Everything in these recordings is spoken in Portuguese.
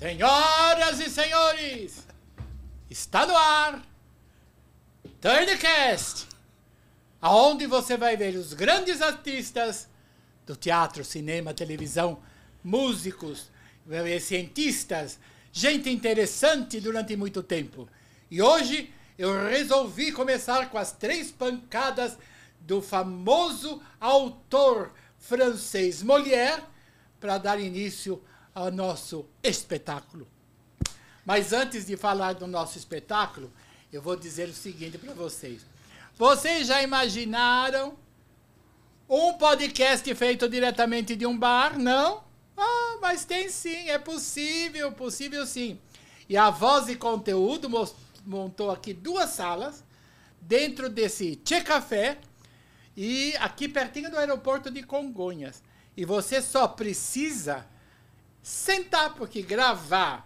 Senhoras e senhores, está no ar Turncast, aonde você vai ver os grandes artistas do teatro, cinema, televisão, músicos, cientistas, gente interessante durante muito tempo. E hoje eu resolvi começar com as 3 pancadas do famoso autor francês Molière para dar início ao nosso espetáculo. Mas antes de falar do nosso espetáculo, eu vou dizer o seguinte para vocês. Vocês já imaginaram um podcast feito diretamente de um bar? Não? Ah, mas tem sim, é possível, possível sim. E a Voz e Conteúdo montou aqui 2 salas dentro desse Tchê Café e aqui pertinho do aeroporto de Congonhas. E você só precisa sentar, porque gravar,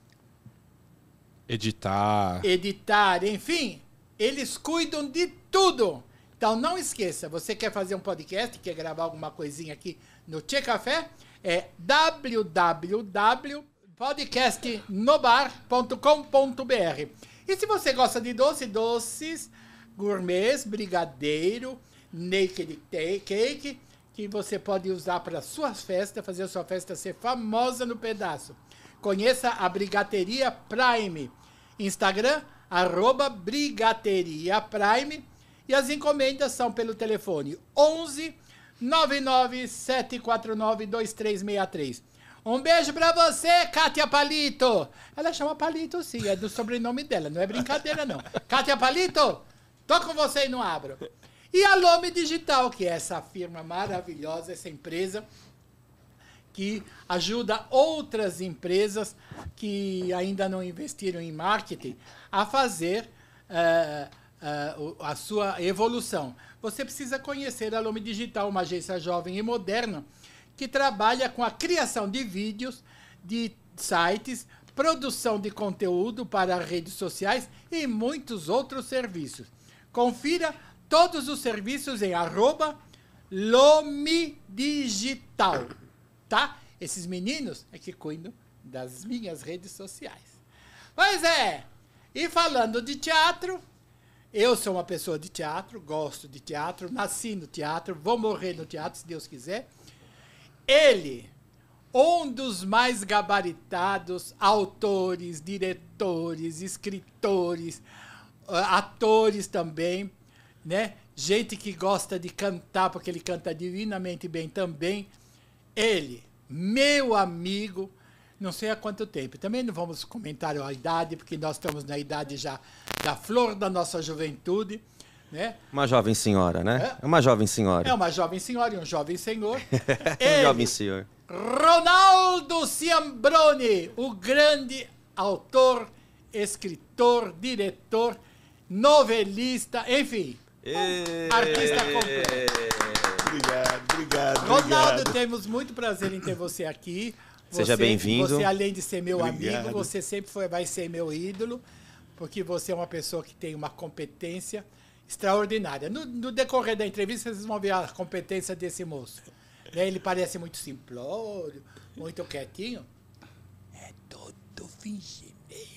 editar, enfim, eles cuidam de tudo. Então não esqueça, você quer fazer um podcast, quer gravar alguma coisinha aqui no Tchê Café, é www.podcastnobar.com.br. E se você gosta de doces gourmets, brigadeiro, naked cake, que você pode usar para suas festas, fazer a sua festa ser famosa no pedaço. Conheça a Brigateria Prime. Instagram, @brigateriaprime. E as encomendas são pelo telefone 11 99 749 2363. Um beijo pra você, Kátia Palito. Ela chama Palito, sim, é do sobrenome dela, não é brincadeira, não. Kátia Palito, tô com você e não abro. E a Lome Digital, que é essa firma maravilhosa, essa empresa que ajuda outras empresas que ainda não investiram em marketing a fazer a sua evolução. Você precisa conhecer a Lome Digital, uma agência jovem e moderna que trabalha com a criação de vídeos, de sites, produção de conteúdo para redes sociais e muitos outros serviços. Confira todos os serviços em @lomedigital, tá? Esses meninos é que cuidam das minhas redes sociais. Pois é, e falando de teatro, eu sou uma pessoa de teatro, gosto de teatro, nasci no teatro, vou morrer no teatro, se Deus quiser. Ele, um dos mais gabaritados autores, diretores, escritores, atores também, né? Gente que gosta de cantar, porque ele canta divinamente bem também. Ele, meu amigo, não sei há quanto tempo. Também não vamos comentar a idade, porque nós estamos na idade já da flor da nossa juventude, né? Uma jovem senhora, né? É uma jovem senhora. É uma jovem senhora e um jovem senhor. Um jovem senhor. Ronaldo Ciambrone, o grande autor, escritor, diretor, novelista, enfim. Artista completo. Obrigado. Ronaldo, temos muito prazer em ter você aqui. Seja bem-vindo. Você, além de ser meu amigo, você sempre vai ser meu ídolo, porque você é uma pessoa que tem uma competência extraordinária. No decorrer da entrevista, vocês vão ver a competência desse moço. Né? Ele parece muito simplório, muito quietinho. É todo fingimento.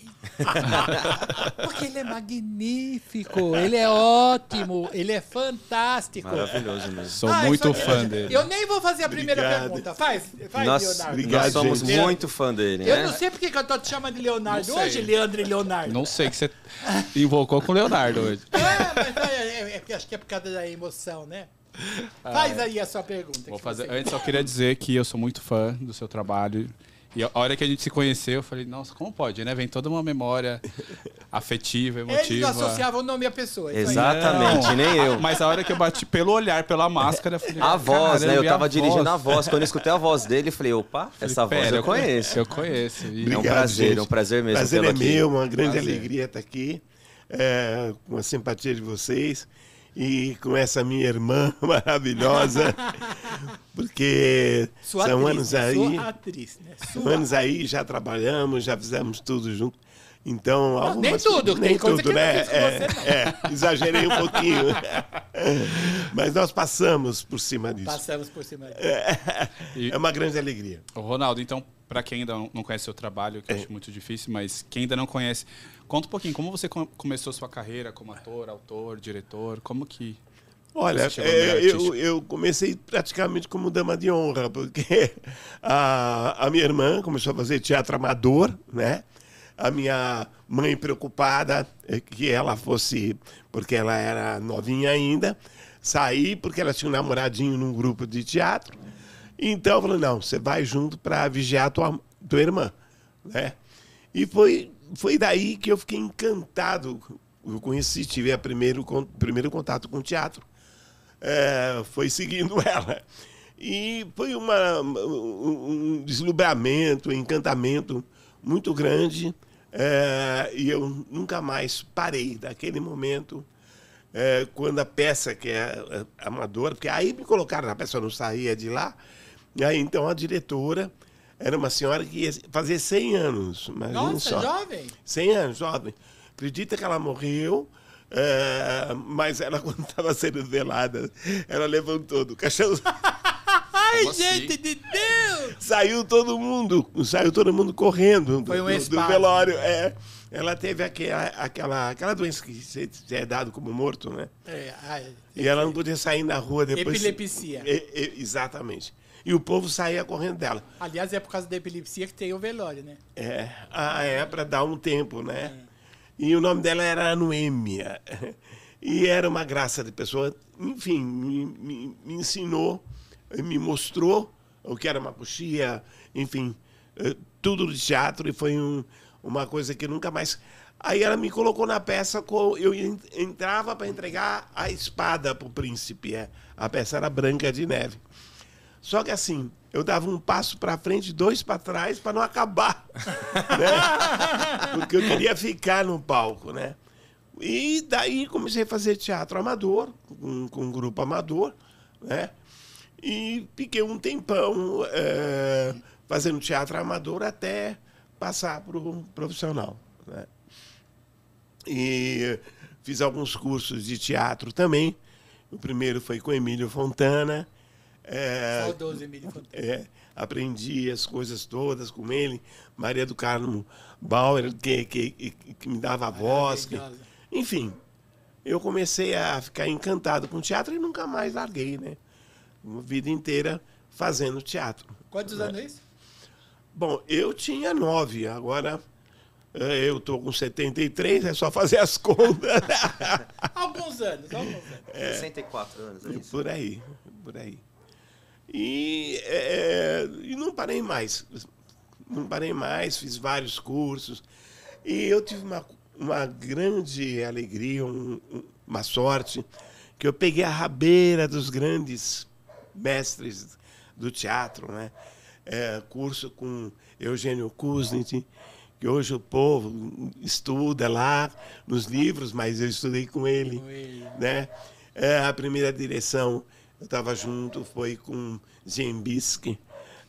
Porque ele é magnífico, ele é ótimo, ele é fantástico. Maravilhoso mesmo. Sou muito fã dele. Eu nem vou fazer a primeira pergunta. Faz, Leonardo. Nós somos muito fã dele, né? Eu não sei porque que eu tô te chamando de Leonardo hoje, Leandro e Leonardo. Não sei que você invocou com o Leonardo hoje. Acho que é por causa da emoção, né? Faz aí a sua pergunta. Vou fazer. Antes, só queria dizer que eu sou muito fã do seu trabalho. E a hora que a gente se conheceu, eu falei, nossa, como pode, né? Vem toda uma memória afetiva, emotiva. Eles associavam o nome à pessoa. Exatamente, nem eu. Mas a hora que eu bati pelo olhar, pela máscara, eu falei... A voz, né? Eu tava dirigindo a voz. Quando eu escutei a voz dele, eu falei, opa, essa voz eu conheço. Eu conheço. E é um prazer, gente. É um prazer mesmo. Prazer é meu, uma grande Prazer. alegria estar aqui, com a simpatia de vocês. E com essa minha irmã maravilhosa, porque são anos aí, atriz, né? São anos aí, já trabalhamos, já fizemos tudo junto. Então, não, nem tudo, nem coisa tudo, que né? eu não fiz com você, não. Exagerei um pouquinho. Mas nós passamos por cima disso. Passamos por cima disso. É uma grande alegria. Ronaldo, então, para quem ainda não conhece seu trabalho, que eu acho muito difícil, mas quem ainda não conhece, conta um pouquinho, como você começou sua carreira como ator, autor, diretor, como que... Olha, eu comecei praticamente como dama de honra, porque a minha irmã começou a fazer teatro amador, né? A minha mãe preocupada que ela fosse, porque ela era novinha ainda, sair porque ela tinha um namoradinho num grupo de teatro. Então, eu falei, não, você vai junto para vigiar a tua irmã, né? E foi daí que eu fiquei encantado. Eu tive o primeiro contato com o teatro. Foi seguindo ela. E foi um deslumbramento, um encantamento muito grande. E eu nunca mais parei daquele momento, quando a peça, que é amadora, porque aí me colocaram, a peça não saía de lá, e aí então a diretora era uma senhora que ia fazer 100 anos. Nossa, só. jovem? 100 anos, jovem. Acredita que ela morreu, mas ela, quando estava sendo velada, ela levantou do caixão. Ai, Como gente assim? de Deus! Saiu todo mundo correndo Foi um do espasmo. velório. Ela teve aquela doença que você é dado como morto, né? E ela não podia sair na rua depois. Epilepsia. Exatamente. E o povo saía correndo dela. Aliás, é por causa da epilepsia que tem o velório, né? Para dar um tempo, né? E o nome dela era Noêmia. E era uma graça de pessoa. Enfim, me ensinou, me mostrou o que era uma coxia, enfim, tudo de teatro, e foi uma coisa que nunca mais... Aí ela me colocou na peça, eu entrava para entregar a espada para o príncipe. A peça era Branca de Neve. Só que assim, eu dava um passo para frente, 2 para trás, para não acabar. Né? Porque eu queria ficar no palco, né? E daí comecei a fazer teatro amador, com um grupo amador, né? E fiquei um tempão fazendo teatro amador até passar para o profissional, né? E fiz alguns cursos de teatro também. O primeiro foi com Emílio Fontana. Saudoso Emílio Fontana. Aprendi as coisas todas com ele. Maria do Carmo Bauer, que me dava a voz. Enfim, eu comecei a ficar encantado com teatro e nunca mais larguei, né? Uma vida inteira fazendo teatro. Quantos anos é isso? Bom, eu tinha 9, agora eu estou com 73, é só fazer as contas. Alguns anos. 64 anos, é isso? Por aí. E não parei mais. Não parei mais, fiz vários cursos. E eu tive uma grande alegria, uma sorte, que eu peguei a rabeira dos grandes mestres do teatro, né? Curso com Eugênio Kuznets, que hoje o povo estuda lá nos livros, mas eu estudei com ele. Né? A primeira direção, eu estava junto, foi com Zembiski.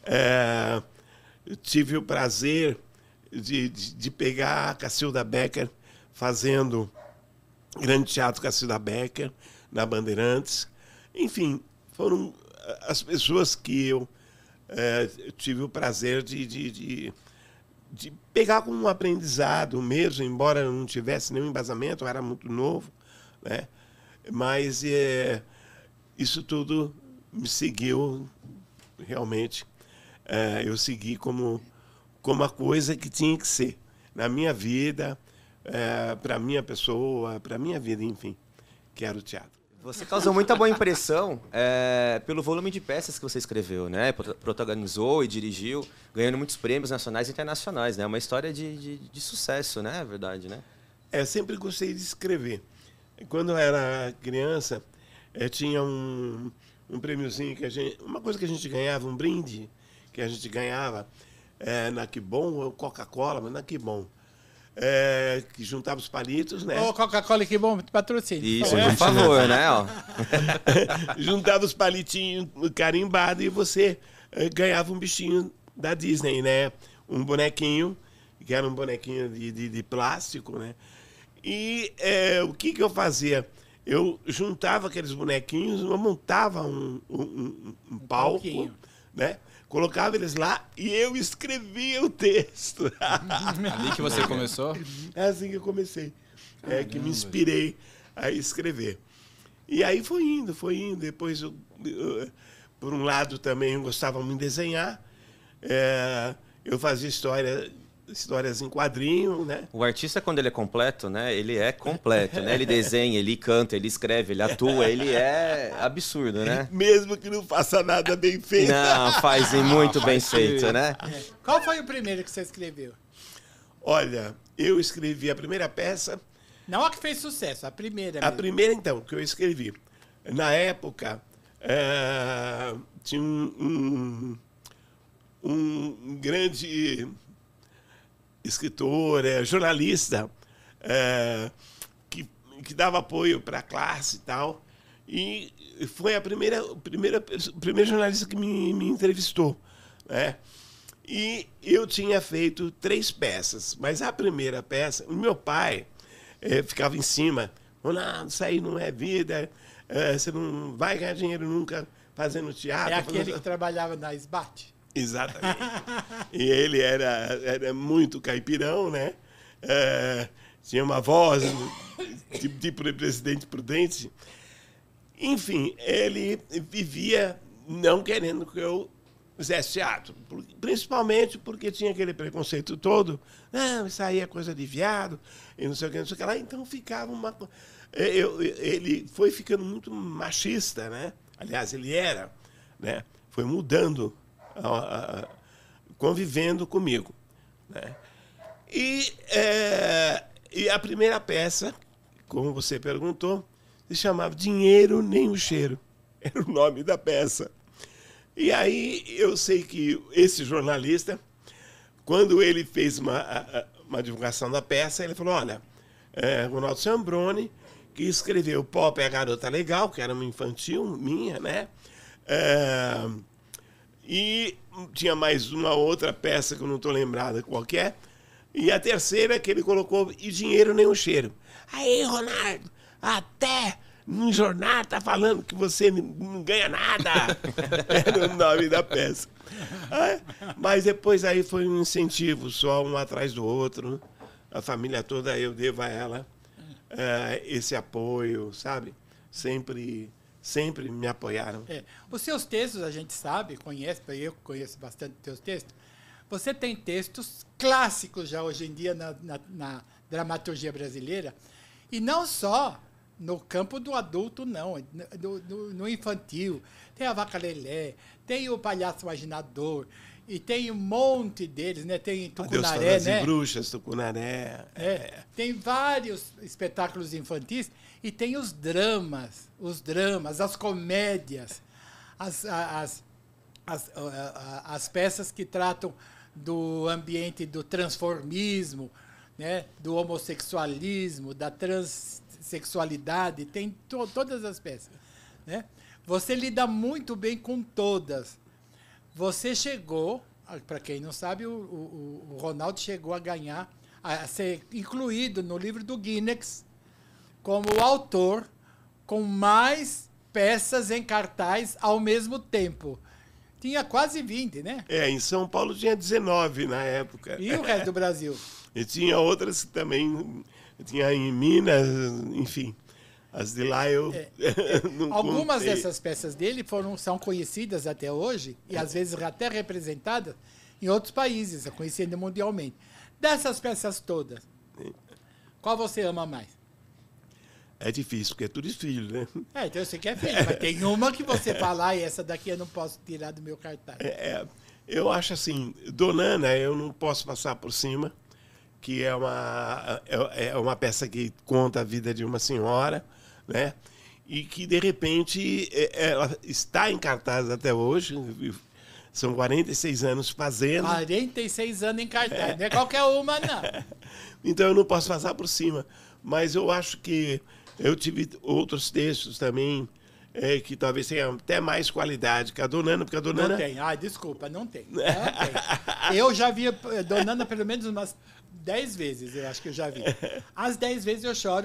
Eu tive o prazer de pegar a Cacilda Becker fazendo Grande Teatro Cacilda Becker, na Bandeirantes. Enfim, foram as pessoas que eu tive o prazer de pegar como um aprendizado mesmo, embora eu não tivesse nenhum embasamento, eu era muito novo, né? Mas isso tudo me seguiu realmente. Eu segui como a coisa que tinha que ser na minha vida, para a minha pessoa, para a minha vida, enfim, que era o teatro. Você causou muita boa impressão pelo volume de peças que você escreveu, né? Protagonizou e dirigiu, ganhando muitos prêmios nacionais e internacionais, né? Uma história de sucesso, né? É verdade, né? Sempre gostei de escrever. Quando eu era criança, tinha um prêmiozinho uma coisa que a gente ganhava, um brinde que a gente ganhava na Que Bom, ou Coca-Cola, mas na Que Bom. Que juntava os palitos, né? Ô, Coca-Cola, que bom, patrocínio. Isso, por favor, né? Ó. Juntava os palitinhos carimbados e você ganhava um bichinho da Disney, né? Um bonequinho, que era um bonequinho de plástico, né? E o que eu fazia? Eu juntava aqueles bonequinhos, eu montava um palco, né? Colocava eles lá e eu escrevia o texto. Ali que você começou? É assim que eu comecei. É que me inspirei a escrever. E aí foi indo. Depois, por um lado, também eu gostava muito de desenhar. Eu fazia histórias em quadrinho, né? O artista, quando ele é completo, né? Ele é completo, né? Ele desenha, ele canta, ele escreve, ele atua, ele é absurdo, né? Mesmo que não faça nada bem feito. Não, faz muito bem feito, né? Qual foi o primeiro que você escreveu? Olha, eu escrevi a primeira peça. Não a que fez sucesso, a primeira A mesmo. primeira, então, que eu escrevi. Na época, tinha um grande escritor, jornalista, que dava apoio para a classe e tal. E foi o primeiro jornalista que me entrevistou, né? E eu tinha feito 3 peças, mas a primeira peça, o meu pai ficava em cima, não, isso aí não é vida, você não vai ganhar dinheiro nunca fazendo teatro. É aquele que trabalhava na SBAT? Exatamente. E ele era muito caipirão, né? Tinha uma voz tipo de presidente prudente. Enfim, ele vivia não querendo que eu fizesse teatro. Principalmente porque tinha aquele preconceito todo. Não, isso aí é coisa de viado, e não sei o que, não sei o que lá. Então ficava uma... Ele foi ficando muito machista, né? Aliás, ele era, né? Foi mudando, convivendo comigo, né? E a primeira peça, como você perguntou, se chamava Dinheiro Nem o Cheiro. Era o nome da peça. E aí eu sei que esse jornalista, quando ele fez uma divulgação da peça, ele falou, olha, Ronaldo Sambroni, que escreveu Pop é a Garota Legal, que era uma infantil minha, né? E tinha mais uma outra peça que eu não estou lembrada qualquer. E a terceira que ele colocou, E Dinheiro Nem o Cheiro. Aí, Ronaldo, até no jornal tá falando que você não ganha nada. Era o nome da peça. Mas depois aí foi um incentivo, só um atrás do outro. A família toda, eu devo a ela esse apoio, sabe? Sempre me apoiaram. Os seus textos, a gente sabe, eu conheço bastante os teus textos. Você tem textos clássicos já hoje em dia na dramaturgia brasileira, e não só no campo do adulto, não, no infantil. Tem a Vaca Lelé, tem o Palhaço Imaginador, e tem um monte deles, né? Tem Tucunaré, Adeus, né? e Bruxas, Tucunaré. Tem vários espetáculos infantis e tem os dramas, as comédias, as peças que tratam do ambiente do transformismo, né? Do homossexualismo, da transexualidade, tem todas as peças, né? Você lida muito bem com todas. Você chegou, para quem não sabe, o Ronaldo chegou a ganhar, a ser incluído no livro do Guinness como o autor com mais peças em cartaz ao mesmo tempo. Tinha quase 20, né? Em São Paulo tinha 19 na época. E o resto do Brasil? E tinha outras que também, tinha em Minas, enfim. As de lá eu não Algumas contei. dessas peças dele são conhecidas até hoje, e às vezes até representadas em outros países, conhecidas mundialmente. Dessas peças todas, qual você ama mais? É difícil, porque é tudo filho, né? Então eu sei que é filho, mas tem uma que você fala, e essa daqui eu não posso tirar do meu cartaz. Eu acho assim, Donana eu não posso passar por cima, que é uma peça que conta a vida de uma senhora, né? E que, de repente, ela está em cartaz até hoje. São 46 anos fazendo. 46 anos em cartaz, não é qualquer uma, não. Então, eu não posso passar por cima. Mas eu acho que eu tive outros textos também que talvez tenham até mais qualidade que a Donana, porque a Donana... Não tem. Desculpa, não tem. Não tem. Eu já vi Donana pelo menos umas 10 vezes, eu acho que eu já vi. As 10 vezes eu choro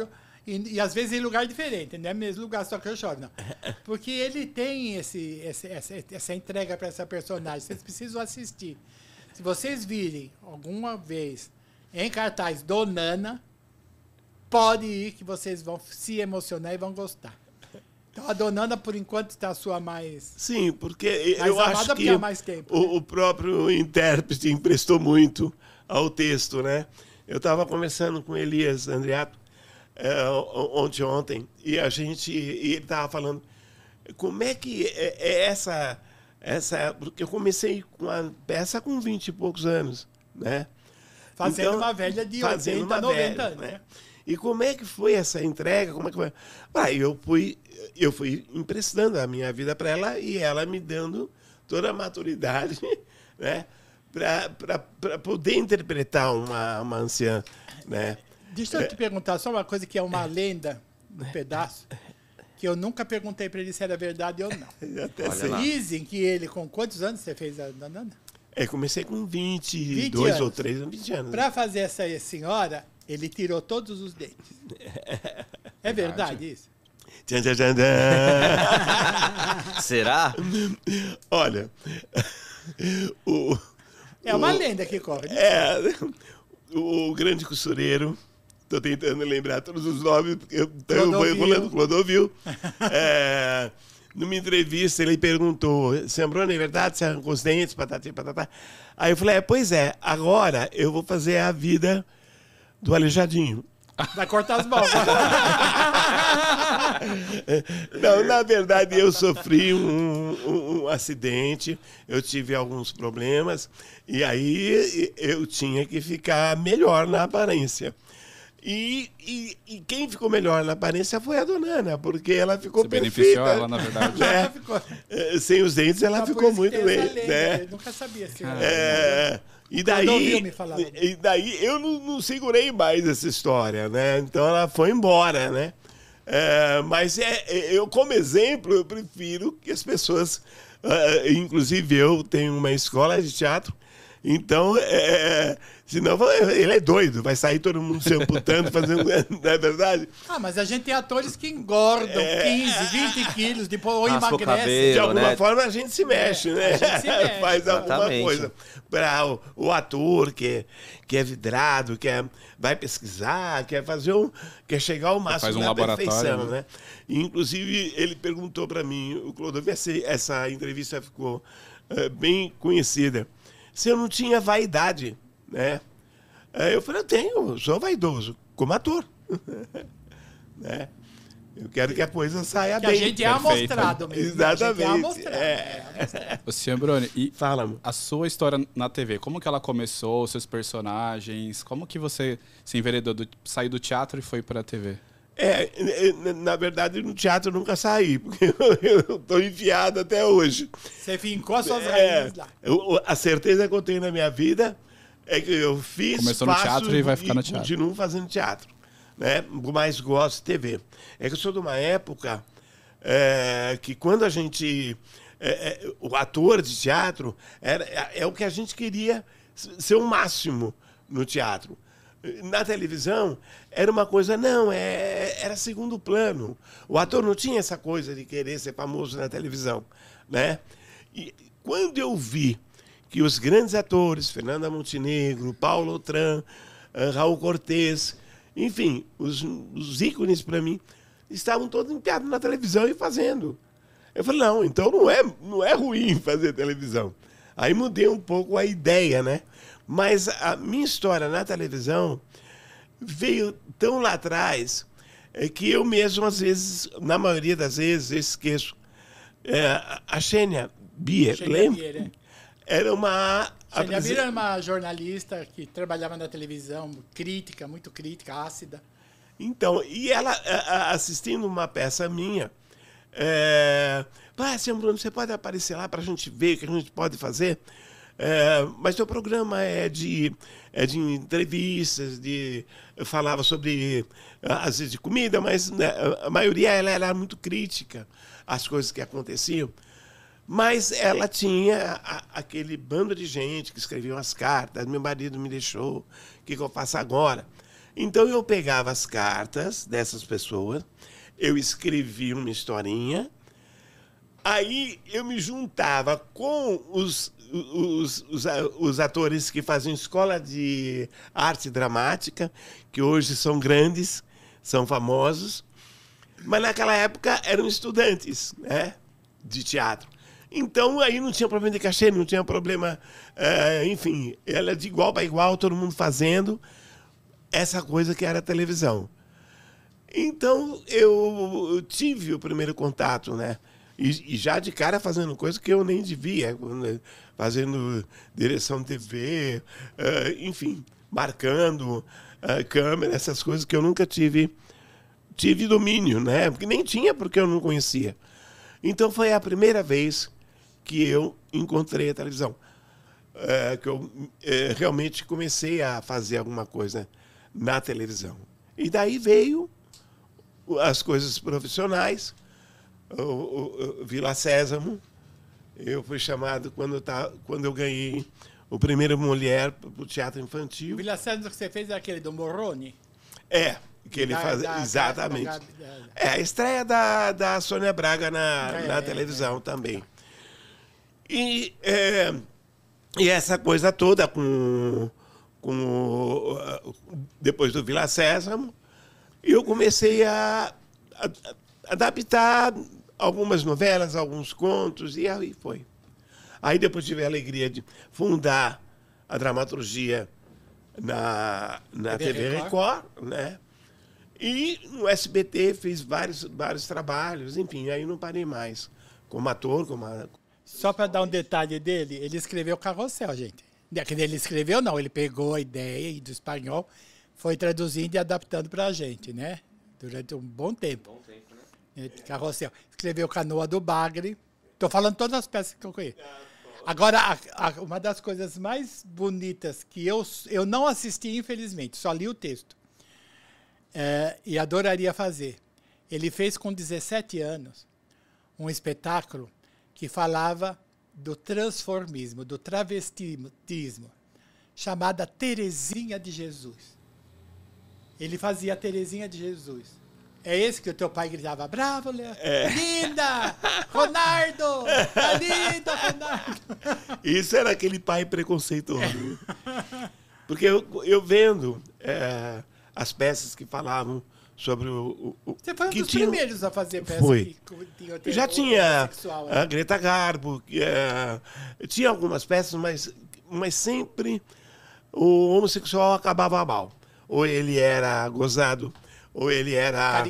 E às vezes em lugar diferente, não é mesmo lugar só que eu choro, não. Porque ele tem essa entrega para essa personagem. Vocês precisam assistir. Se vocês virem alguma vez em cartaz do Nana, pode ir que vocês vão se emocionar e vão gostar. Então a Donana, por enquanto, está a sua mais... Sim, porque eu amada acho porque que há mais tempo, o próprio intérprete emprestou muito ao texto, né? Eu estava conversando com Elias Andreato ontem, e ele estava falando como é que é essa... Porque eu comecei com a peça com 20 e poucos anos, né? Fazendo Então, uma velha de fazendo 80, uma 90 velha, anos, né? E como é que foi essa entrega? Como é que foi? Eu fui emprestando a minha vida para ela e ela me dando toda a maturidade, né, para poder interpretar uma anciã, né? Deixa eu te perguntar só uma coisa que é uma lenda, um pedaço, que eu nunca perguntei para ele se era verdade ou não. Até Olha sei. lá. Dizem que ele, com quantos anos você fez a Donana? Comecei com 20 22 ou anos. 3, 20 anos. Para fazer essa senhora, ele tirou todos os dentes. É verdade isso? Tchan, tchan, tchan, tchan. Será? Olha, É uma lenda que corre. o grande costureiro, estou tentando lembrar todos os nomes, porque eu vou Clodovil. enrolando, Clodovil. Numa entrevista, ele perguntou, Sembroni, é verdade, você arrancou os dentes, patati, patatá. Aí eu falei, pois é, agora eu vou fazer a vida do Aleijadinho. Vai cortar as bolas. Não, na verdade, eu sofri um acidente, eu tive alguns problemas, e aí eu tinha que ficar melhor na aparência. E quem ficou melhor na aparência foi a Donana, porque ela ficou Você perfeita. beneficiou ela, na verdade. Né? Ela ficou- Sem os dentes, ela Só por ficou isso que muito tem bem. essa lenda, Né? eu nunca sabia se E Clodovil me falava. daí eu não segurei mais essa história, né? Então ela foi embora, né? Mas eu, como exemplo, eu prefiro que as pessoas... inclusive eu tenho uma escola de teatro, então, senão ele é doido, vai sair todo mundo se amputando, fazendo... Não é verdade? mas a gente tem atores que engordam 15, 20 quilos, depois ou Raspa o emagrece. cabelo. De alguma né? forma a gente se mexe, né? a gente se mexe, Faz alguma exatamente. coisa. Para o ator que é vidrado, vai pesquisar, quer chegar ao máximo Faz um da laboratório, perfeição, né? né? E, inclusive, ele perguntou para mim, o Clodovil, essa entrevista ficou bem conhecida, se eu não tinha vaidade, né? Eu falei, eu sou vaidoso, como ator. Né? Eu quero que a coisa saia Que bem. a gente é amostrado mesmo. Exatamente. A gente é amostrado. Ô, Sembroni, e Fala, amor. a sua história na TV, como que ela começou, os seus personagens, como que você se enveredou, saiu do teatro e foi para a TV? Na verdade, no teatro eu nunca saí, porque eu estou enfiado até hoje. Você fincou as suas raízes lá. A certeza que eu tenho na minha vida é que eu fiz, Começou no teatro e vai ficar no teatro. Continuo fazendo teatro, né? Mas gosto de TV. É que eu sou de uma época que quando a gente... o ator de teatro é o que a gente queria ser o máximo no teatro. Na televisão, era uma coisa... Não, era segundo plano. O ator não tinha essa coisa de querer ser famoso na televisão, né? E quando eu vi que os grandes atores, Fernanda Montenegro, Paulo Outram, Raul Cortez, enfim, os ícones para mim, estavam todos empenhados na televisão e fazendo. Eu falei, não, então não é ruim fazer televisão. Aí mudei um pouco a ideia, né? Mas a minha história na televisão veio tão lá atrás que eu mesmo, às vezes, na maioria das vezes, eu esqueço. A Xênia Bier, lembra? Era uma... Xênia Bier era uma jornalista que trabalhava na televisão, crítica, muito crítica, ácida. Então, e ela assistindo uma peça minha, Seu Bruno, você pode aparecer lá para a gente ver o que a gente pode fazer? Mas seu programa é de entrevistas, eu falava sobre, às vezes, de comida, mas né, a maioria ela era muito crítica às coisas que aconteciam. Mas ela tinha aquele bando de gente que escreviam as cartas, meu marido me deixou, o que eu faço agora? Então eu pegava as cartas dessas pessoas, eu escrevia uma historinha, aí eu me juntava com os atores que faziam escola de arte dramática, que hoje são grandes, são famosos, mas naquela época eram estudantes, né, de teatro. Então aí não tinha problema de cachê, não tinha problema, enfim, era de igual para igual, todo mundo fazendo essa coisa que era a televisão. Então eu tive o primeiro contato, né? E já de cara fazendo coisa que eu nem devia, fazendo direção de TV, enfim, marcando câmera, essas coisas que eu nunca tive domínio, né? Porque nem tinha, porque eu não conhecia. Então foi a primeira vez que eu encontrei a televisão, que eu realmente comecei a fazer alguma coisa na televisão. E daí veio as coisas profissionais, o Vila Sésamo. Eu fui chamado quando eu ganhei o primeiro Mulher para o teatro infantil. O Vila Sésamo que você fez é aquele do Morrone? Que ele faz exatamente. A estreia da Sônia Braga na televisão também. E essa coisa toda depois do Vila Sésamo, eu comecei a adaptar algumas novelas, alguns contos, e aí foi. Aí depois tive a alegria de fundar a dramaturgia na TV Record, né? E no SBT fiz vários trabalhos, enfim, aí não parei mais. Como ator, Só para dar um detalhe dele, ele escreveu Carrossel, gente. Ele escreveu, não, ele pegou a ideia do espanhol, foi traduzindo e adaptando para a gente, né? Durante um bom tempo. Né? Carrossel. Escreveu Canoa do Bagre. Estou falando todas as peças que eu conheço. Agora, uma das coisas mais bonitas que eu não assisti, infelizmente, só li o texto. E adoraria fazer. Ele fez com 17 anos um espetáculo que falava do transformismo, do travestismo, chamada Terezinha de Jesus. Ele fazia a Terezinha de Jesus. É esse que o teu pai gritava, bravo, Leandro, linda, Ronaldo, tá lindo, Ronaldo. Isso era aquele pai preconceituoso. Porque eu vendo as peças que falavam sobre Você foi um dos primeiros a fazer peça que tinha já tinha sexual, a Greta Garbo, tinha algumas peças, mas sempre o homossexual acabava mal. Ou ele era gozado, ou ele era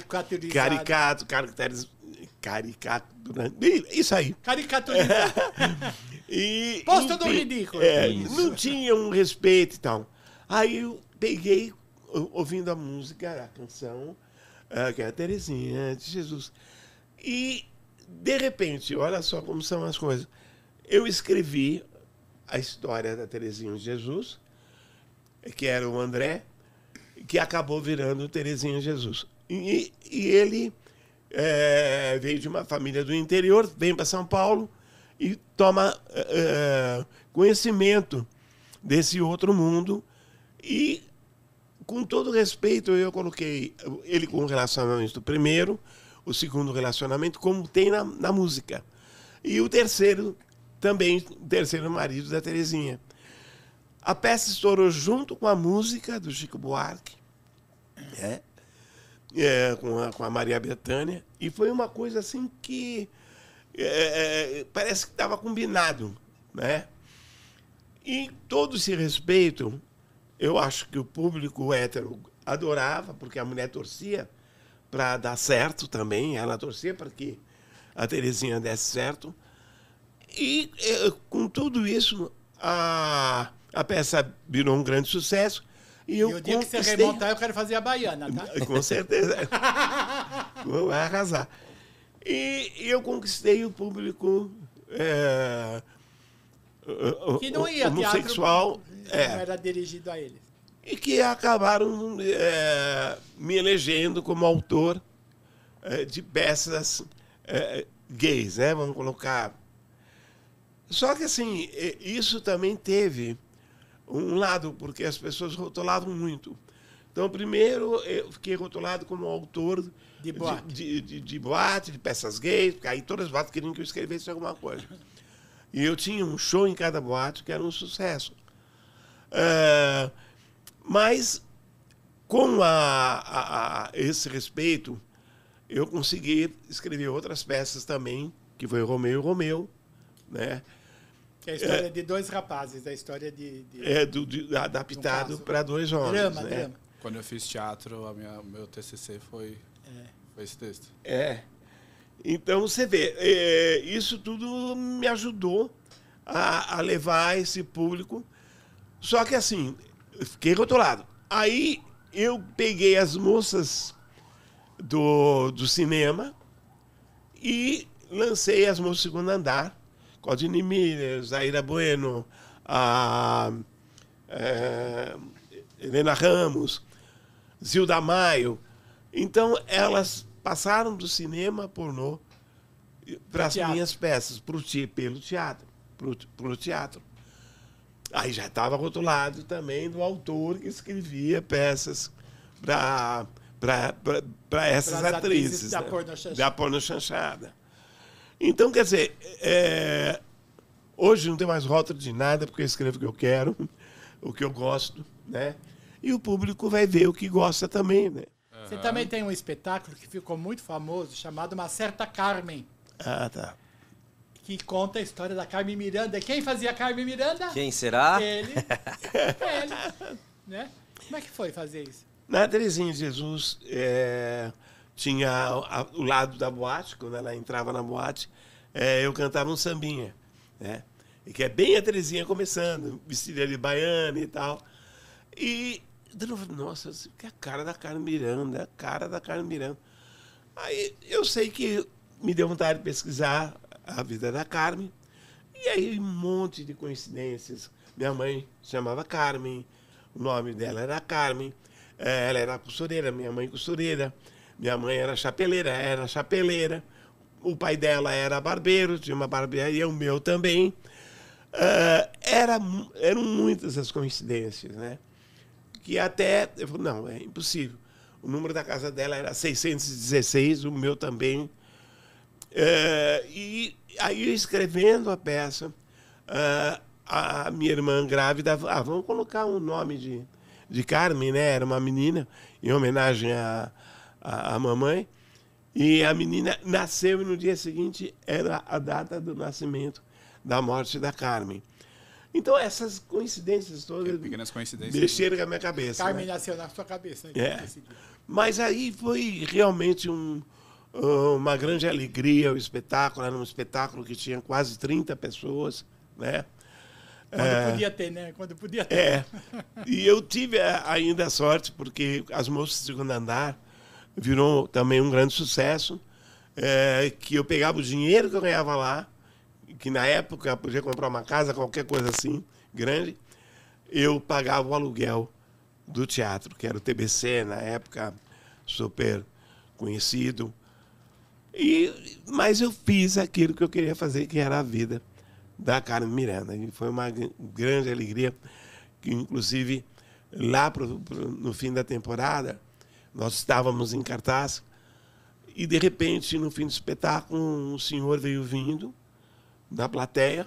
caricaturizado. Isso aí. Caricaturizado. Posto do ridículo. Não tinha um respeito e tal. Aí eu peguei, ouvindo a música, a canção, que é a Terezinha de Jesus. E, de repente, olha só como são as coisas. Eu escrevi a história da Terezinha de Jesus, que era o André, que acabou virando Terezinha de Jesus. E ele veio de uma família do interior, vem para São Paulo e toma conhecimento desse outro mundo. E, com todo respeito, eu coloquei ele com o relacionamento do primeiro, o segundo relacionamento, como tem na música. E o terceiro, também, o terceiro marido da Terezinha. A peça estourou junto com a música do Chico Buarque, com a Maria Bethânia, e foi uma coisa assim que parece que estava combinado, né? E todo esse respeito, eu acho que o público hétero adorava, porque a mulher torcia para dar certo também, ela torcia para que a Terezinha desse certo. E com tudo isso, a peça virou um grande sucesso. E o dia que você remontar, eu quero fazer a baiana, tá? Com certeza. Vai arrasar. E eu conquistei o público que não ia homossexual. Não era dirigido a eles. E que acabaram me elegendo como autor de peças gays, né? Vamos colocar. Só que, assim, isso também teve um lado, porque as pessoas rotulavam muito. Então, primeiro, eu fiquei rotulado como autor De boate. de boate, de peças gays, porque aí todas as boates queriam que eu escrevesse alguma coisa. E eu tinha um show em cada boate que era um sucesso. Mas, com esse respeito, eu consegui escrever outras peças também, que foi Romeu e Romeu, né? Que é a história de dois rapazes, a história Adaptado para dois homens. Drama, né? drama. Quando eu fiz teatro, o meu TCC foi esse texto. Então, você vê, isso tudo me ajudou a levar esse público. Só que, assim, eu fiquei rotulado. Aí, eu peguei as moças do cinema e lancei as moças do segundo andar. Claudine Miller, Zaira Bueno, Helena Ramos, Zilda Maio. Então, elas passaram do cinema pornô para as minhas peças, pelo teatro. Aí já estava rotulado também do autor que escrevia peças para essas atrizes, da né? pornochanchada. Da pornochanchada. Então, quer dizer, hoje não tem mais rótulo de nada, porque eu escrevo o que eu quero, o que eu gosto, né? E o público vai ver o que gosta também, né? Você também tem um espetáculo que ficou muito famoso, chamado Uma Certa Carmen, Ah, tá. que conta a história da Carmen Miranda. Quem fazia Carmen Miranda? Quem será? Ele. Né? Como é que foi fazer isso? Na Terezinha de Jesus, tinha o lado da boate, quando ela entrava na boate, eu cantava um sambinha, né? E que é bem a Terezinha começando, vestida de baiana e tal. E eu falei, nossa, que é a cara da Carmen Miranda, a cara da Carmen Miranda. Aí eu sei que me deu vontade de pesquisar a vida da Carmen, e aí um monte de coincidências. Minha mãe se chamava Carmen, o nome dela era Carmen, ela era costureira, minha mãe costureira, minha mãe era chapeleira, o pai dela era barbeiro, tinha uma barbearia, o meu também. Eram muitas as coincidências, né? Que até, eu falei, não, é impossível. O número da casa dela era 616, o meu também. E aí, escrevendo a peça, a minha irmã grávida, vamos colocar um nome de Carmen, né? Era uma menina, em homenagem à mamãe. E a menina nasceu e no dia seguinte era a data do nascimento da morte da Carmen. Então, essas coincidências todas Pequenas coincidências. mexeram com a minha cabeça. Carmen né? nasceu na sua cabeça. Né? Mas aí foi realmente uma grande alegria o espetáculo. Era um espetáculo que tinha quase 30 pessoas, né? Quando podia ter, né? Quando podia ter. E eu tive ainda a sorte, porque As Moças do Segundo Andar virou também um grande sucesso, que eu pegava o dinheiro que eu ganhava lá, que na época eu podia comprar uma casa, qualquer coisa assim, grande, eu pagava o aluguel do teatro, que era o TBC, na época super conhecido. Mas eu fiz aquilo que eu queria fazer, que era a vida da Carmen Miranda. E foi uma grande alegria, que inclusive lá no fim da temporada, nós estávamos em cartaz e de repente, no fim do espetáculo, um senhor veio vindo da plateia,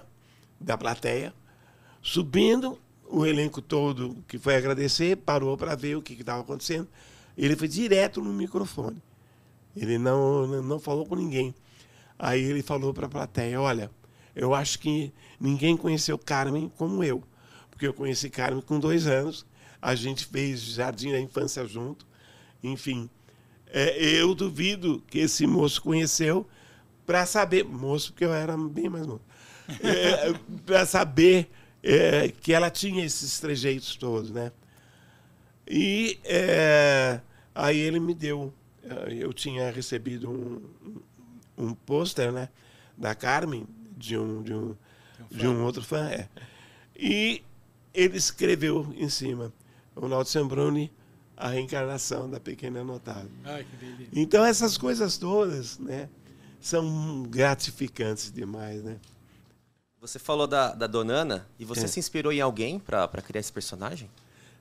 subindo, o elenco todo que foi agradecer, parou para ver o que estava acontecendo. Ele foi direto no microfone. Ele não falou com ninguém. Aí ele falou para a plateia, olha, eu acho que ninguém conheceu Carmen como eu, porque eu conheci Carmen com 2 anos, a gente fez Jardim da Infância junto, enfim. Eu duvido que esse moço conheceu para saber, moço, porque eu era bem mais novo, para saber que ela tinha esses trejeitos todos, né? E aí ele me deu, eu tinha recebido um pôster, né, da Carmen, de um outro fã, e ele escreveu em cima, Ronaldo Sembruni, a reencarnação da Pequena Notável. Ai, que delícia. Então essas coisas todas, né, são gratificantes demais, né? Você falou da Dona Ana, e você se inspirou em alguém para criar esse personagem?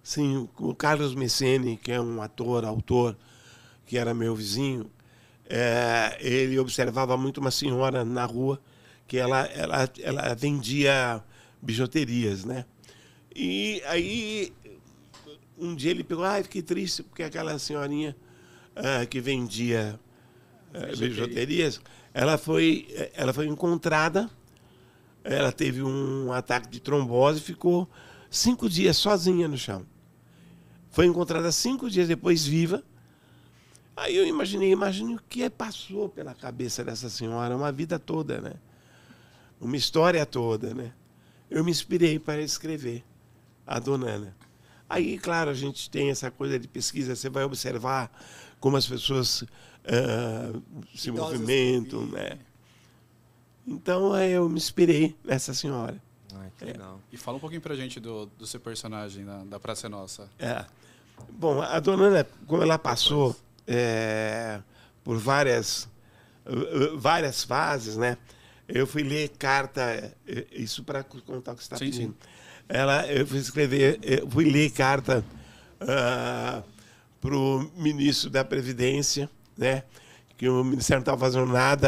Sim, o Carlos Messene, que é um ator, autor, que era meu vizinho, ele observava muito uma senhora na rua que ela vendia bijuterias, né? E aí, um dia ele pegou, fiquei triste, porque aquela senhorinha que vendia bijuterias, ela foi encontrada, ela teve um ataque de trombose e ficou 5 dias sozinha no chão. Foi encontrada 5 dias depois viva. Aí eu imagine o que passou pela cabeça dessa senhora, uma vida toda, né? Uma história toda, né? Eu me inspirei para escrever a Dona Ana. Aí, claro, a gente tem essa coisa de pesquisa, você vai observar como as pessoas se movimentam, né? Então, eu me inspirei nessa senhora. Ai, que legal. E fala um pouquinho pra gente do seu personagem da Praça é Nossa. Bom, a Dona Ana, como ela passou por várias fases, né? Eu fui ler carta, isso para contar o que você está pedindo. Eu fui ler carta para o ministro da Previdência, né? Que o Ministério não estava fazendo nada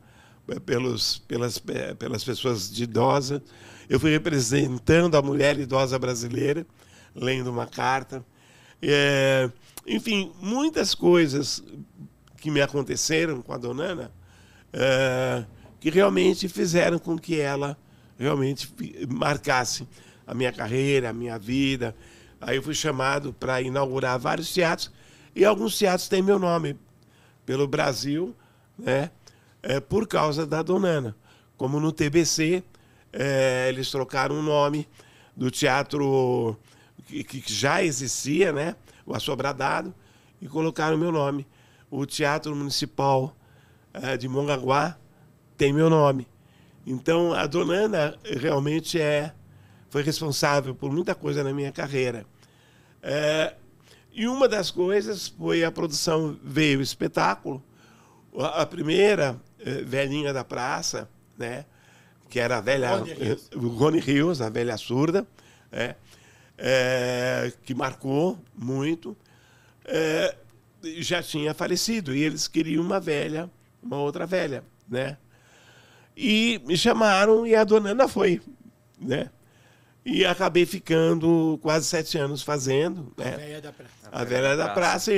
pelas pessoas de idosa. Eu fui representando a mulher idosa brasileira, lendo uma carta. Enfim, muitas coisas que me aconteceram com a Dona Ana que realmente fizeram com que ela realmente marcasse a minha carreira, a minha vida. Aí eu fui chamado para inaugurar vários teatros, e alguns teatros têm meu nome pelo Brasil, né? Por causa da Dona Ana. Como no TBC, eles trocaram o nome do teatro que já existia, né? O Assobradado, e colocaram o meu nome. O Teatro Municipal de Mongaguá tem meu nome. Então, a Dona Ana realmente foi responsável por muita coisa na minha carreira. E uma das coisas foi a produção, veio o espetáculo. A primeira, Velhinha da Praça, né? Que era a velha Rony Rios, a velha surda, que marcou muito. Já tinha falecido, e eles queriam uma outra velha, né? E me chamaram, e a Dona Ana foi, né? E acabei ficando quase 7 anos fazendo, né? A Velha da Praça.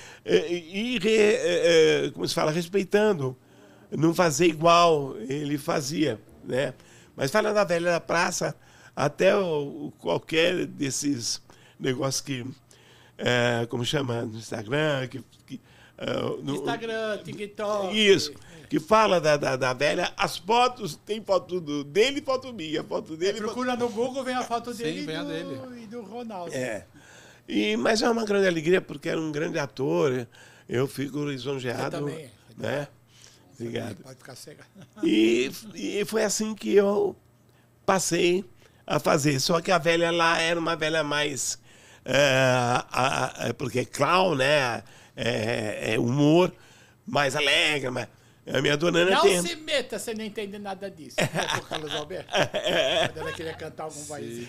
Como se fala, respeitando, não fazer igual ele fazia, né? Mas falando da Velha da Praça, até qualquer desses negócios que, como chama, no Instagram, Instagram, TikTok. Isso, que fala da velha, as fotos, tem foto dele e foto minha, foto dele. Procura no Google, vem a foto dele, Sim, e do Ronaldo. Mas é uma grande alegria, porque era um grande ator, eu fico lisonjeado. Eu também. Né? Obrigado. Pode ficar cega. E foi assim que eu passei a fazer. Só que a velha lá era uma velha mais... porque é clown, né? É humor mais alegre. Mas a minha Dona Ana não se meta, você não entende nada disso. O Carlos Alberto. A Dona queria cantar algum vozinho.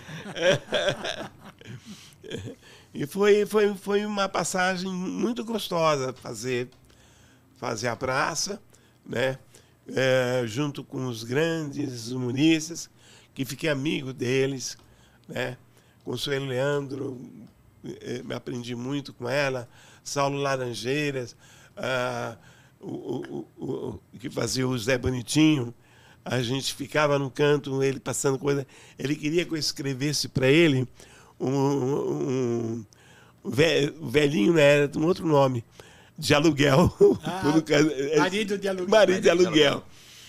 E foi uma passagem muito gostosa fazer a praça, né? Junto com os grandes humoristas, que fiquei amigo deles, né? Consuelo Leandro, me aprendi muito com ela, Saulo Laranjeiras, que fazia o Zé Bonitinho. A gente ficava no canto, ele passando coisa. Ele queria que eu escrevesse para ele um velhinho, né? Era um outro nome, de aluguel. Marido de aluguel. Marido de aluguel.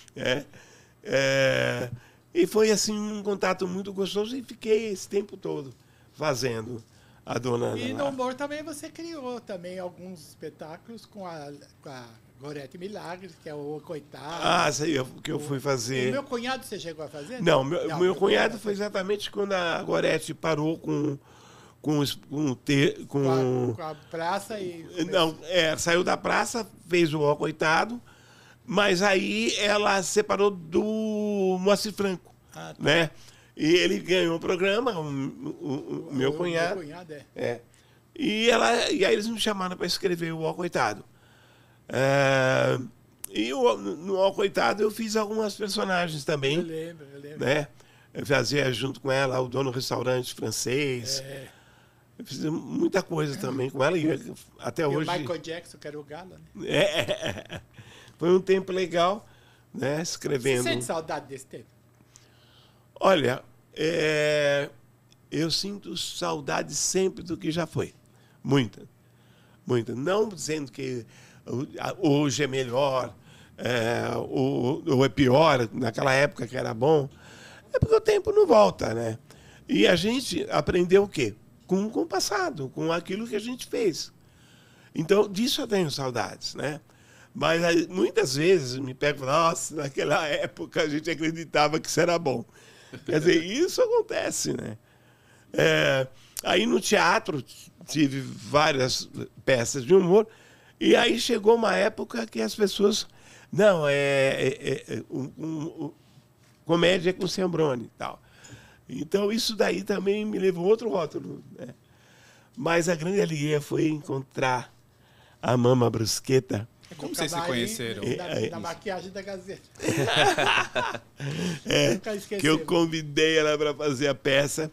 E foi assim um contato muito gostoso, e fiquei esse tempo todo fazendo a Dona Ana. E no humor também você criou também alguns espetáculos com a Gorete Milagres, que é o Coitado. Sei, que eu fui fazer. O Meu Cunhado você chegou a fazer? Não, meu cunhado foi exatamente quando a Gorete parou com a praça e... Não, saiu da praça, fez o Ó Coitado, mas aí ela separou do Moacir Franco, né? E ele ganhou o programa, o meu cunhado. Meu cunhado, é. É. E aí eles me chamaram para escrever o Ó Coitado. E no Ó Coitado eu fiz algumas personagens também. Eu lembro. Né? Eu fazia junto com ela o dono do restaurante francês. Eu fiz muita coisa também com ela. E até E hoje. o Michael Jackson, que era o galo, né? Foi um tempo legal, né? Você Escrevendo. sente saudade desse tempo? Olha, eu sinto saudade sempre do que já foi. Muita. Muita. Não dizendo que hoje é melhor, ou é pior, naquela época que era bom. É porque o tempo não volta, né? E a gente aprendeu o quê? Com o passado, com aquilo que a gente fez. Então, disso eu tenho saudades, né? Mas muitas vezes me pego e falo, nossa, naquela época a gente acreditava que isso era bom. Quer dizer, isso acontece, né? Aí no teatro tive várias peças de humor e aí chegou uma época que as pessoas... Não, comédia com Sembroni e tal. Então isso daí também me levou a outro rótulo, né? Mas a grande alegria foi encontrar a Mama Brusqueta. Como vocês se conheceram? Da maquiagem da Gazeta. Que eu convidei ela para fazer a peça.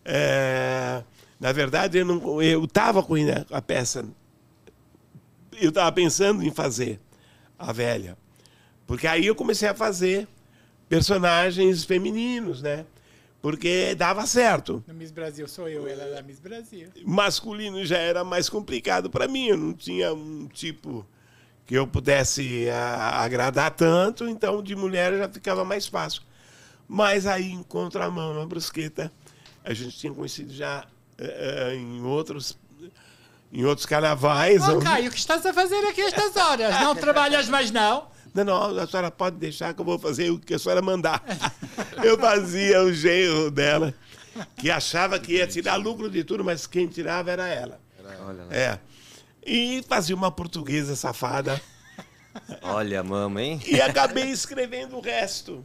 Na verdade, eu estava com a peça. Eu estava pensando em fazer a velha. Porque aí eu comecei a fazer personagens femininos, né? Porque dava certo. No Miss Brasil sou eu, ela era Miss Brasil. Masculino já era mais complicado para mim. Eu não tinha um tipo que eu pudesse agradar tanto, então de mulher já ficava mais fácil. Mas aí encontro a Mama Brusqueta. A gente tinha conhecido já em outros carnavais. Ô, Caio, o que estás a fazer aqui estas horas? Não trabalhas mais, não? Não, a senhora pode deixar que eu vou fazer o que a senhora mandar. Eu fazia o genro dela, que achava que ia tirar lucro de tudo, mas quem tirava era ela. Olha, E fazia uma portuguesa safada. olha, mama, hein? E acabei escrevendo o resto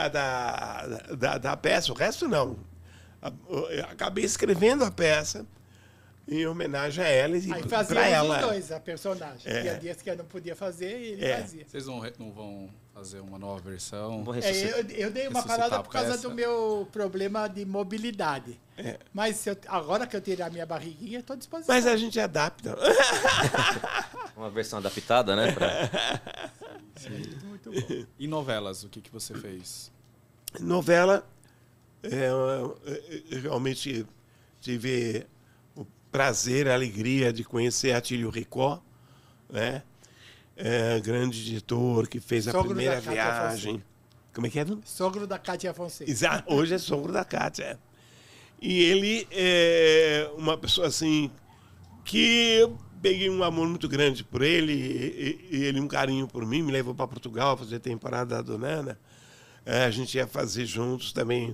da peça. O resto não. Acabei escrevendo a peça em homenagem a ela e Aí para fazia ela. os dois, a personagem. Tinha dias que eu não podia fazer e ele fazia. Vocês não vão fazer uma nova versão? Vou ressuscitar. Eu dei uma ressuscitar parada a por causa peça. do meu problema de mobilidade. Mas agora que eu tirar a minha barriguinha, estou à disposição. Mas a gente adapta. Uma versão adaptada, né? Muito bom. E novelas, o que você fez? Novela, eu realmente tive o prazer, a alegria de conhecer Atílio Ricó, né? Grande editor que fez a Sogro primeira da Cátia viagem. Fonseca. Como é que é? Sogro da Cátia Fonseca. Exato. Hoje é sogro da Cátia. E ele é uma pessoa assim que eu peguei um amor muito grande por ele e ele um carinho por mim, me levou para Portugal fazer a temporada da Donana. A gente ia fazer juntos também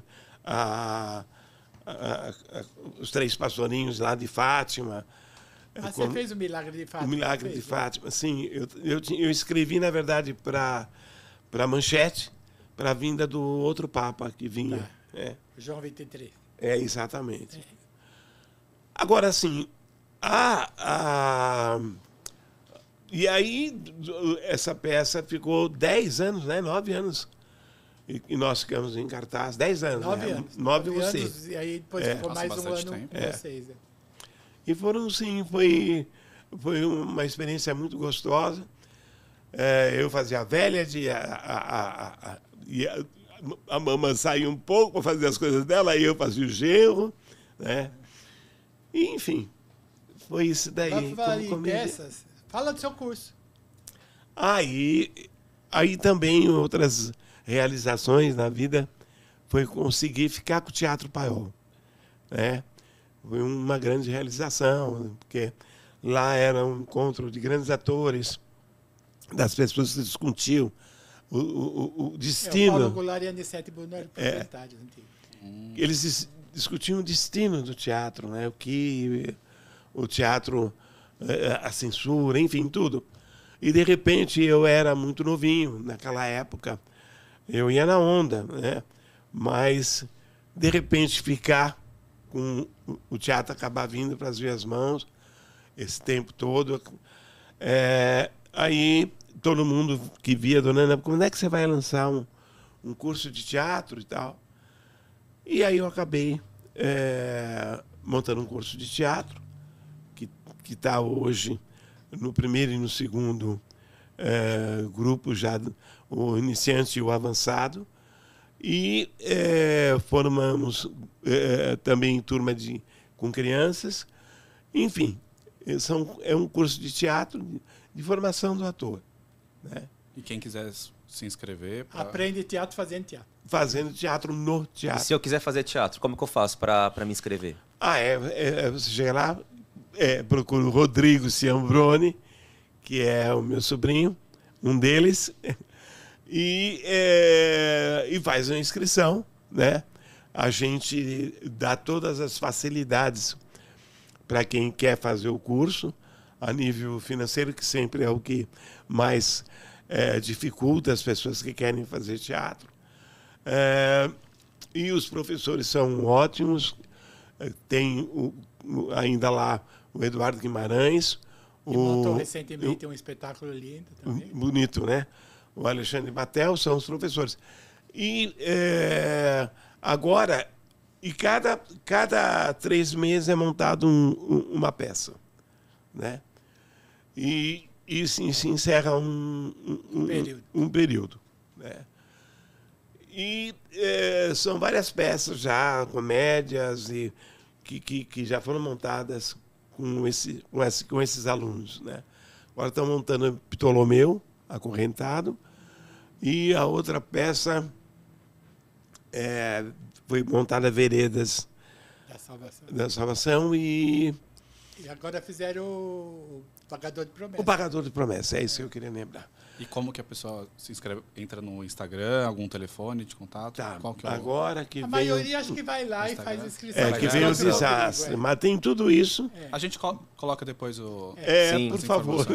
os Três Pastorinhos lá de Fátima. Você fez o Milagre de Fátima? O Milagre fez, de Fátima, sim. Eu escrevi, na verdade, para Manchete, para a vinda do outro Papa que vinha. Tá. João 23. Exatamente. Agora, assim, e aí essa peça ficou 10 anos, né? 9 anos. E nós ficamos em cartaz 10 anos. 9 né? anos. 9 9 você. anos, e aí depois ficou Nossa, mais um bastante ano tempo. com vocês. né? E foram, sim, foi uma experiência muito gostosa. Eu fazia a velha, a mamãe saía um pouco para fazer as coisas dela, aí eu fazia o genro, né? E, enfim, foi isso daí. Vai falar em comédia. peças? Fala do seu curso. Aí também outras realizações na vida foi conseguir ficar com o Teatro Paiol, né? Foi uma grande realização, porque lá era um encontro de grandes atores, das pessoas que discutiam o destino. O Paulo Goulart e Anicete Bruno eram proprietários antigos. Eles discutiam o destino do teatro, né? O que o teatro, a censura, enfim, tudo. E, de repente, eu era muito novinho naquela época. Eu ia na onda, né? Mas de repente ficar com o teatro acabar vindo para as minhas mãos esse tempo todo. Aí todo mundo que via, dona Ana, quando é que você vai lançar um curso de teatro e tal? E aí eu acabei montando um curso de teatro, que está hoje no primeiro e no segundo grupo, já o iniciante e o avançado. E formamos também turma com crianças. Enfim, é um curso de teatro de formação do ator. Né? E quem quiser se inscrever... Aprende teatro fazendo teatro. Fazendo teatro no E teatro. se eu quiser fazer teatro, como que eu faço para me inscrever? Você chega lá, procura o Rodrigo Ciambroni, que é o meu sobrinho, um deles, e faz uma inscrição, né? A gente dá todas as facilidades para quem quer fazer o curso, a nível financeiro, que sempre é o que mais dificulta as pessoas que querem fazer teatro. E os professores são ótimos. Tem ainda lá o Eduardo Guimarães. Que montou recentemente um espetáculo lindo também. Bonito, né? O Alexandre Batel são os professores. E agora, cada 3 meses é montado uma peça. Né? E se encerra um período. Né? E são várias peças já, comédias, que já foram montadas com esses alunos. Né? Agora estão montando Ptolomeu, Acorrentado, e a outra peça foi montada Veredas da Salvação e agora fizeram o Pagador de Promessas. O Pagador de Promessas, é isso que eu queria lembrar. E como que a pessoa se inscreve? Entra no Instagram, algum telefone de contato? Tá, Qual que é agora que A veio... maioria acho que vai lá e faz a inscrição. que veio os desastres, mas tem tudo isso. A gente coloca depois o... Sim, por as favor.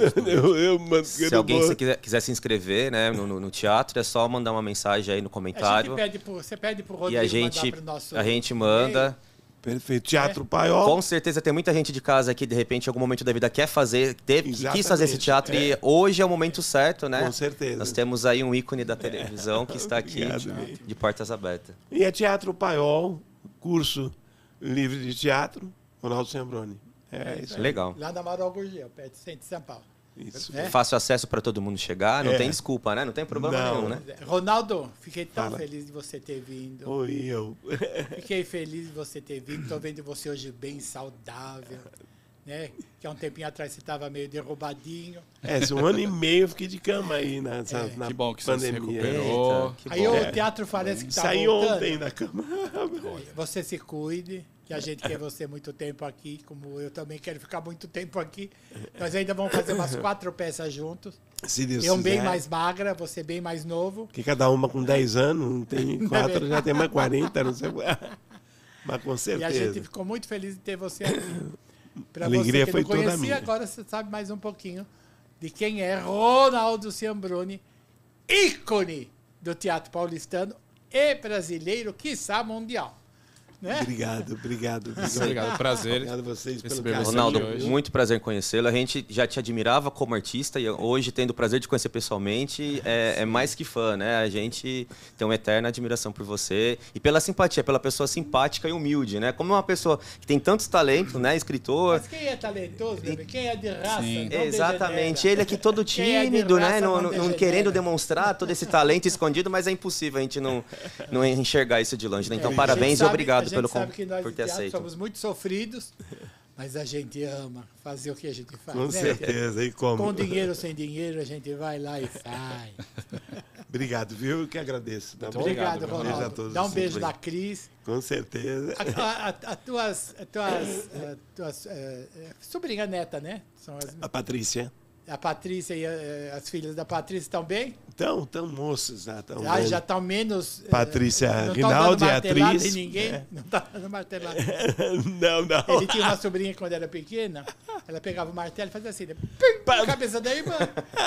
Se alguém quiser se inscrever, né, no teatro, é só mandar uma mensagem aí no comentário. Você pede pro Rodrigo E a gente manda. Perfeito. Teatro Paiol. Com certeza tem muita gente de casa que, de repente, em algum momento da vida quer fazer, quis fazer esse teatro e hoje é o momento certo, né? Com certeza. Nós temos aí um ícone da televisão que está aqui de portas abertas. E é Teatro Paiol, curso livre de teatro, Ronaldo Ciambroni. Isso. Legal. Lá na Amaral Gurgel, perto do centro de São Paulo. Isso. Fácil acesso para todo mundo chegar, não tem desculpa, né? Não tem problema nenhum, né? Ronaldo, fiquei tão feliz de você ter vindo. Oi, eu. Fiquei feliz de você ter vindo. Estou vendo você hoje bem saudável, né? Que há um tempinho atrás você estava meio derrubadinho. 1 ano e meio eu fiquei de cama aí na Que bom que pandemia. você se recuperou. Eita, que Aí bom. o teatro parece que está Saí voltando. ontem da cama. Você se cuide, que a gente quer você muito tempo aqui, como eu também quero ficar muito tempo aqui. Nós ainda vamos fazer umas 4 peças juntos. Se Deus Eu bem quiser. mais magra, você bem mais novo. Que cada uma com 10 anos, não tem 4, já tem mais 40, não sei. Mas com E a certeza. gente ficou muito feliz de ter você aqui. Para A alegria você que foi não toda conhecia, minha. agora você sabe mais um pouquinho de quem é Ronaldo Ciambroni, ícone do teatro paulistano e brasileiro, quiçá mundial. Né? Obrigado. Obrigado, prazer. Obrigado a vocês pelo Receber carinho. você Ronaldo, aqui hoje. muito prazer em conhecê-lo. A gente já te admirava como artista e hoje, tendo o prazer de conhecer pessoalmente, é mais que fã, né? A gente tem uma eterna admiração por você e pela simpatia, pela pessoa simpática e humilde, né? Como uma pessoa que tem tantos talentos, né? Escritor. Mas quem é talentoso, bebê? Quem é de raça, Sim. não Exatamente. degenera. Ele aqui todo Quem é de tímido, né? raça Não degenera. querendo demonstrar todo esse talento escondido, mas é impossível a gente não enxergar isso de longe, né? Então, A parabéns gente e sabe- obrigado a gente por sabe que nós ter de teatro aceito. somos muito sofridos, mas a gente ama fazer o que a gente faz. Com né? certeza. E como? Com dinheiro ou sem dinheiro, a gente vai lá e faz. Obrigado, viu? Eu que agradeço. Tá bom? Obrigado, obrigado. Beijo a Ronaldo. todos Dá um vocês beijo aí. da Cris. Com certeza. Tuas sobrinha neta, né? São as, A Patrícia. A Patrícia e as filhas da Patrícia estão bem? Estão moças, já estão Já estão menos... Patrícia não Rinaldi é dando martelada atriz. em ninguém? Não tá dando martelada. Não. Ele tinha uma sobrinha quando era pequena, ela pegava o martelo e fazia assim, né? Pim, na cabeça da irmã.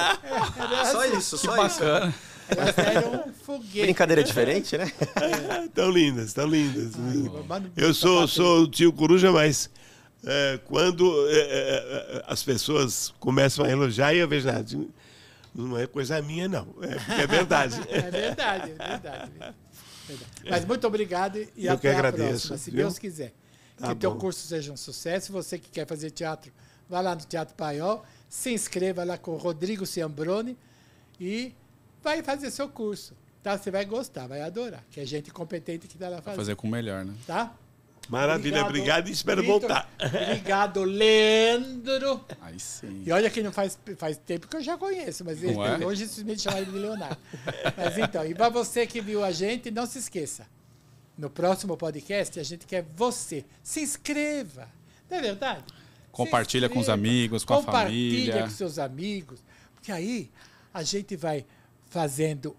Só isso, Que só isso. bacana. Elas eram um foguete. Brincadeira diferente, né? Tão lindas, tão lindas. Manda Eu sou o tio Coruja, mas quando as pessoas começam a elogiar, eu vejo nada. Não é coisa minha, não. É verdade. É verdade. Mas muito obrigado e Eu até que a agradeço, próxima, se viu? Deus quiser. Tá que teu bom. curso seja um sucesso. Você que quer fazer teatro, vai lá no Teatro Paiol, se inscreva lá com o Rodrigo Ciambroni e vai fazer seu curso. Tá? Você vai gostar, vai adorar. Que é gente competente que está lá fazendo. Fazer com o melhor, né? Tá? Maravilha, obrigado e espero Vitor. voltar. Obrigado, Leandro. Aí sim. E olha que não faz tempo que eu já conheço, mas Não é? hoje simplesmente chamaram de Leonardo. Mas então, e para você que viu a gente, não se esqueça. No próximo podcast, a gente quer você. Se inscreva. Não é verdade? Compartilha Se com os inscreva. amigos, com a família. Compartilha com seus amigos. Porque aí a gente vai fazendo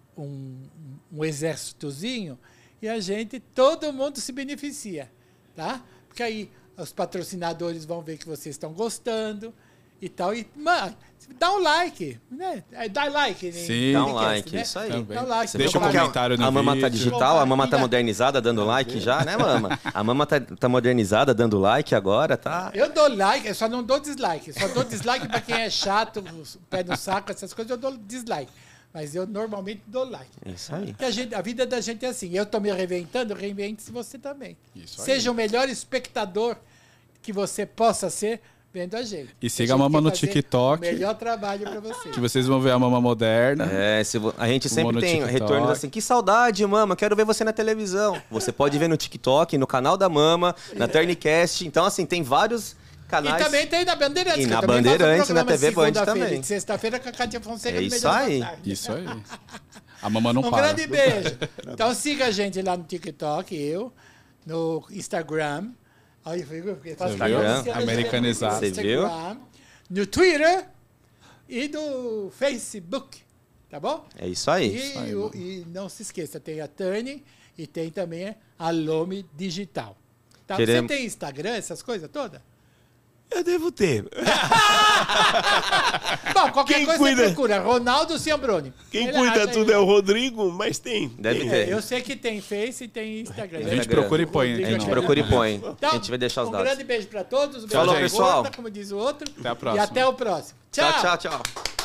um exércitozinho e todo mundo se beneficia. Tá? Porque aí os patrocinadores vão ver que vocês estão gostando e tal. E, mano, dá um like, né? Dá like. Em Sim. Dá um podcast, like, né? isso aí. Também. Dá um like. Você Deixa vê como um que comentário no a mama tá vídeo. digital, a mama tá Compartilha. modernizada, dando like já, né, mama? A mama tá modernizada, dando like agora, tá? Eu dou like, eu só não dou dislike. Eu só dou dislike pra quem é chato, pé no saco, essas coisas, eu dou dislike. Mas eu normalmente dou like. Isso aí. Porque a vida da gente é assim. Eu tô me reinventando, reinvente-se você também. Isso aí. Seja o melhor espectador que você possa ser vendo a gente. E siga A a gente Mama quer no fazer TikTok. o melhor trabalho pra você. Que vocês vão ver a Mama moderna. A gente sempre no tem TikTok. retornos assim, que saudade, mama, quero ver você na televisão. Você pode ver no TikTok, no canal da Mama, na Turncast. Então, assim, tem vários canais. E também tem na Bandeirantes. E que eu na também faço Bandeirantes, programa na TV Band segunda-feira também. e de sexta-feira com a Cátia Fonseca É no isso Melhor da aí. Tarde. Isso aí. A Mama não Um para. grande beijo. Então siga a gente lá no TikTok, no Instagram. Olha, eu faço Você viu? propaganda, Americanizado. no Você viu? Instagram, no Twitter e no Facebook. Tá bom? É isso aí. E não se esqueça, tem a Turning e tem também a Lome Digital. Tá? Queremos- Você tem Instagram, essas coisas todas? Eu devo ter. Bom, qualquer Quem coisa cuida- você procura. Ronaldo Ciambroni. Quem Ele cuida acha tudo aí. é o Rodrigo, mas tem. Deve tem. ter. Eu sei que tem Face e tem Instagram. A gente procura e põe. A Rodrigo gente aqui. procura e põe. Então, A gente vai deixar os um dados. grande beijo para todos. Um Falou, beijo pessoal. gorda, como diz o outro. Até a próxima. E até o próximo. Tchau, tchau, tchau.